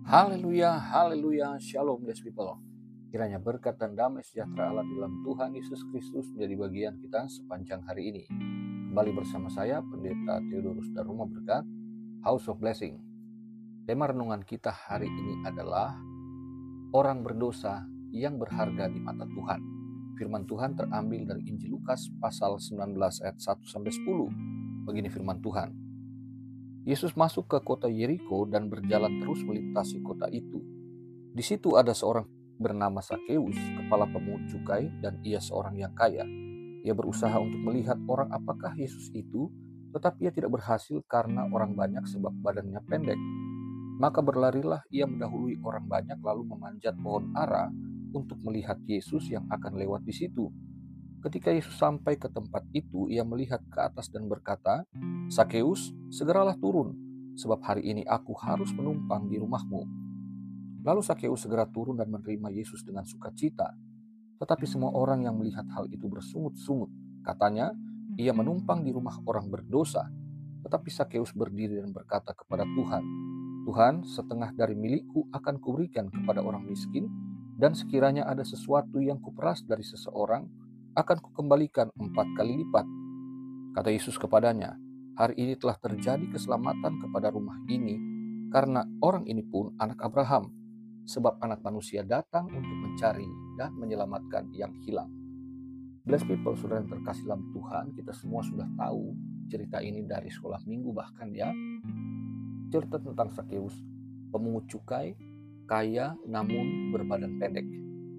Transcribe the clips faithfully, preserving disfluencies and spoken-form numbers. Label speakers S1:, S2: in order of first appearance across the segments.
S1: Haleluya, haleluya, shalom blessed people. Kiranya berkat dan damai sejahtera Allah di dalam Tuhan Yesus Kristus menjadi bagian kita sepanjang hari ini. Kembali bersama saya, Pendeta Theodorus Daruma Berkat, House of Blessing. Tema renungan kita hari ini adalah orang berdosa yang berharga di mata Tuhan. Firman Tuhan terambil dari Injil Lukas pasal sembilan belas ayat satu sampai sepuluh. Begini firman Tuhan. Yesus masuk ke kota Yeriko dan berjalan terus melintasi kota itu. Di situ ada seorang bernama Sakeus, kepala pemungut cukai, dan ia seorang yang kaya. Ia berusaha untuk melihat orang apakah Yesus itu, tetapi ia tidak berhasil karena orang banyak sebab badannya pendek. Maka berlarilah ia mendahului orang banyak lalu memanjat pohon ara untuk melihat Yesus yang akan lewat di situ. Ketika Yesus sampai ke tempat itu, ia melihat ke atas dan berkata, "Sakeus, segeralah turun, sebab hari ini aku harus menumpang di rumahmu." Lalu Sakeus segera turun dan menerima Yesus dengan sukacita. Tetapi semua orang yang melihat hal itu bersungut-sungut. Katanya, ia menumpang di rumah orang berdosa. Tetapi Sakeus berdiri dan berkata kepada Tuhan, "Tuhan, setengah dari milikku akan kuberikan kepada orang miskin, dan sekiranya ada sesuatu yang kuperas dari seseorang, akan kukembalikan empat kali lipat." Kata Yesus kepadanya, "Hari ini telah terjadi keselamatan kepada rumah ini, karena orang ini pun anak Abraham, sebab anak manusia datang untuk mencari dan menyelamatkan yang hilang." Blessed people, saudara yang terkasih dalam Tuhan, kita semua sudah tahu cerita ini dari sekolah minggu bahkan ya. Cerita tentang Sakeus, pemungut cukai, kaya namun berbadan pendek.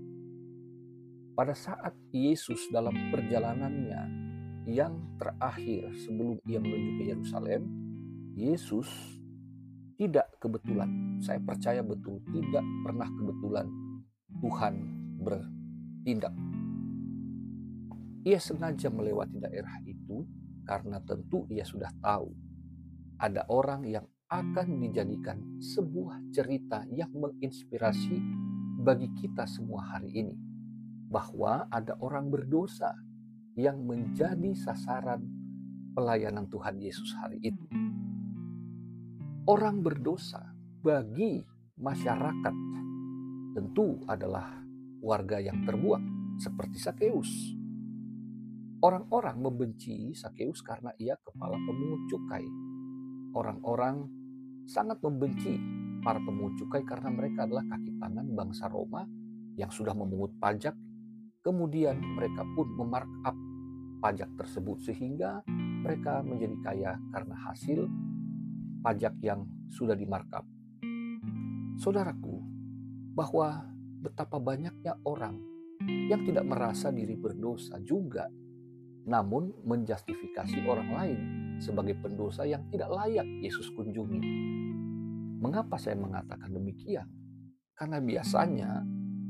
S1: Pada saat Yesus dalam perjalanannya yang terakhir sebelum ia menuju ke Yerusalem, Yesus tidak kebetulan, saya percaya betul, tidak pernah kebetulan Tuhan bertindak. Ia sengaja melewati daerah itu karena tentu ia sudah tahu ada orang yang akan dijadikan sebuah cerita yang menginspirasi bagi kita semua hari ini. Bahwa ada orang berdosa yang menjadi sasaran pelayanan Tuhan Yesus hari itu. Orang berdosa bagi masyarakat tentu adalah warga yang terbuang seperti Sakeus. Orang-orang membenci Sakeus karena ia kepala pemungut cukai. Orang-orang sangat membenci para pemungut cukai karena mereka adalah kaki tangan bangsa Roma yang sudah memungut pajak. Kemudian mereka pun memarkup pajak tersebut sehingga mereka menjadi kaya karena hasil pajak yang sudah dimarkup. Saudaraku, bahwa betapa banyaknya orang yang tidak merasa diri berdosa juga, namun menjustifikasi orang lain sebagai pendosa yang tidak layak Yesus kunjungi. Mengapa saya mengatakan demikian? Karena biasanya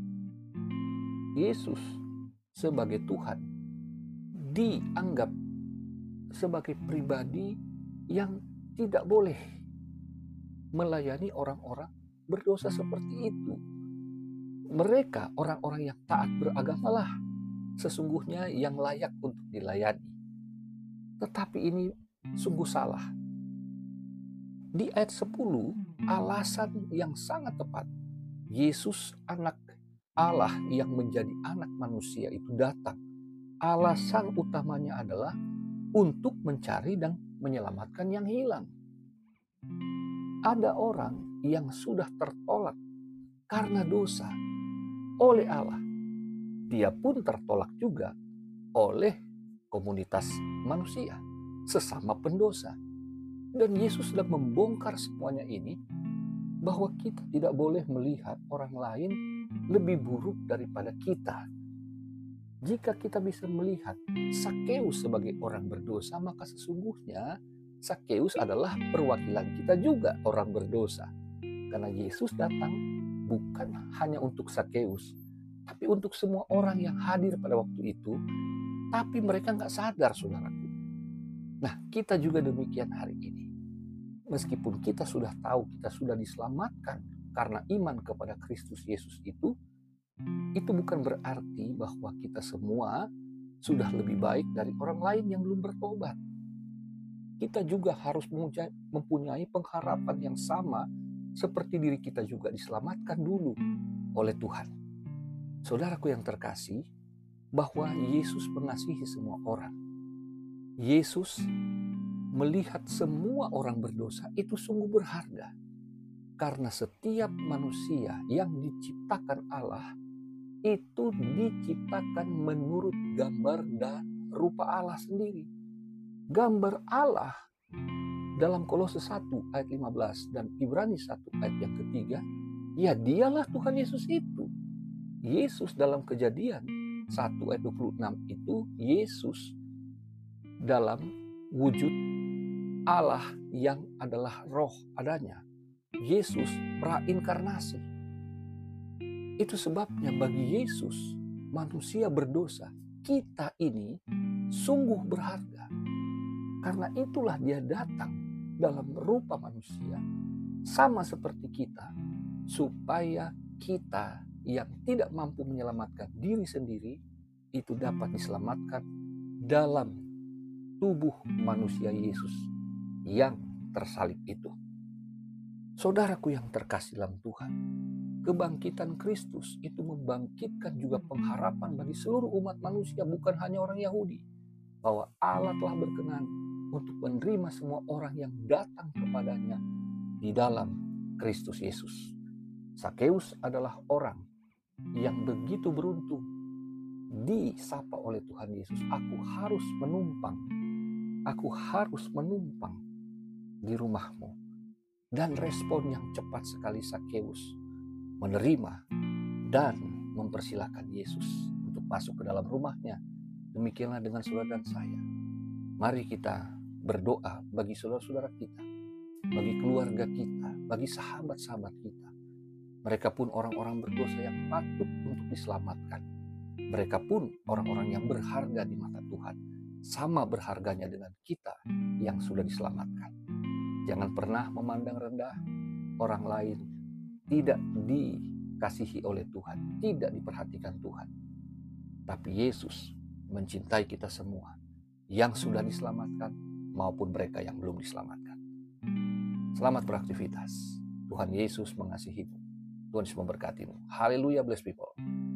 S1: Yesus sebagai Tuhan dianggap sebagai pribadi yang tidak boleh melayani orang-orang berdosa seperti itu. Mereka, orang-orang yang taat beragamalah sesungguhnya yang layak untuk dilayani. Tetapi ini sungguh salah. Di ayat sepuluh, alasan yang sangat tepat. Yesus anak Allah yang menjadi anak manusia itu datang. Alasan utamanya adalah untuk mencari dan menyelamatkan yang hilang. Ada orang yang sudah tertolak karena dosa oleh Allah. Dia pun tertolak juga oleh komunitas manusia, sesama pendosa. Dan Yesus sedang membongkar semuanya ini, bahwa kita tidak boleh melihat orang lain lebih buruk daripada kita. Jika kita bisa melihat Sakeus sebagai orang berdosa, maka sesungguhnya Sakeus adalah perwakilan kita juga orang berdosa. Karena Yesus datang bukan hanya untuk Sakeus, tapi untuk semua orang yang hadir pada waktu itu, tapi mereka nggak sadar, saudaraku. Nah, kita juga demikian hari ini. Meskipun kita sudah tahu kita sudah diselamatkan karena iman kepada Kristus Yesus itu, itu bukan berarti bahwa kita semua sudah lebih baik dari orang lain yang belum bertobat. Kita juga harus mempunyai pengharapan yang sama seperti diri kita juga diselamatkan dulu oleh Tuhan. Saudaraku yang terkasih, bahwa Yesus mengasihi semua orang. Yesus melihat semua orang berdosa itu sungguh berharga. Karena setiap manusia yang diciptakan Allah itu diciptakan menurut gambar dan rupa Allah sendiri. Gambar Allah dalam Kolose satu ayat lima belas dan Ibrani satu ayat yang ketiga, ya dialah Tuhan Yesus itu. Yesus dalam Kejadian satu ayat dua puluh enam itu Yesus dalam wujud Allah yang adalah roh adanya. Yesus prainkarnasi. Itu sebabnya bagi Yesus manusia berdosa, kita ini sungguh berharga. Karena itulah dia datang dalam rupa manusia sama seperti kita, supaya kita yang tidak mampu menyelamatkan diri sendiri itu dapat diselamatkan dalam tubuh manusia Yesus yang tersalib itu. Saudaraku yang terkasih dalam Tuhan, kebangkitan Kristus itu membangkitkan juga pengharapan bagi seluruh umat manusia, bukan hanya orang Yahudi, bahwa Allah telah berkenan untuk menerima semua orang yang datang kepadanya di dalam Kristus Yesus. Sakeus adalah orang yang begitu beruntung disapa oleh Tuhan Yesus. Aku harus menumpang, aku harus menumpang di rumahmu. Dan respon yang cepat sekali Sakeus menerima dan mempersilahkan Yesus untuk masuk ke dalam rumahnya. Demikianlah dengan saudara dan saya. Mari kita berdoa bagi saudara-saudara kita, bagi keluarga kita, bagi sahabat-sahabat kita. Mereka pun orang-orang berdosa yang patut untuk diselamatkan. Mereka pun orang-orang yang berharga di mata Tuhan. Sama berharganya dengan kita yang sudah diselamatkan. Jangan pernah memandang rendah orang lain, tidak dikasihi oleh Tuhan, tidak diperhatikan Tuhan. Tapi Yesus mencintai kita semua, yang sudah diselamatkan maupun mereka yang belum diselamatkan. Selamat beraktivitas. Tuhan Yesus mengasihimu. Tuhan Yesus memberkatimu. Haleluya, bless people.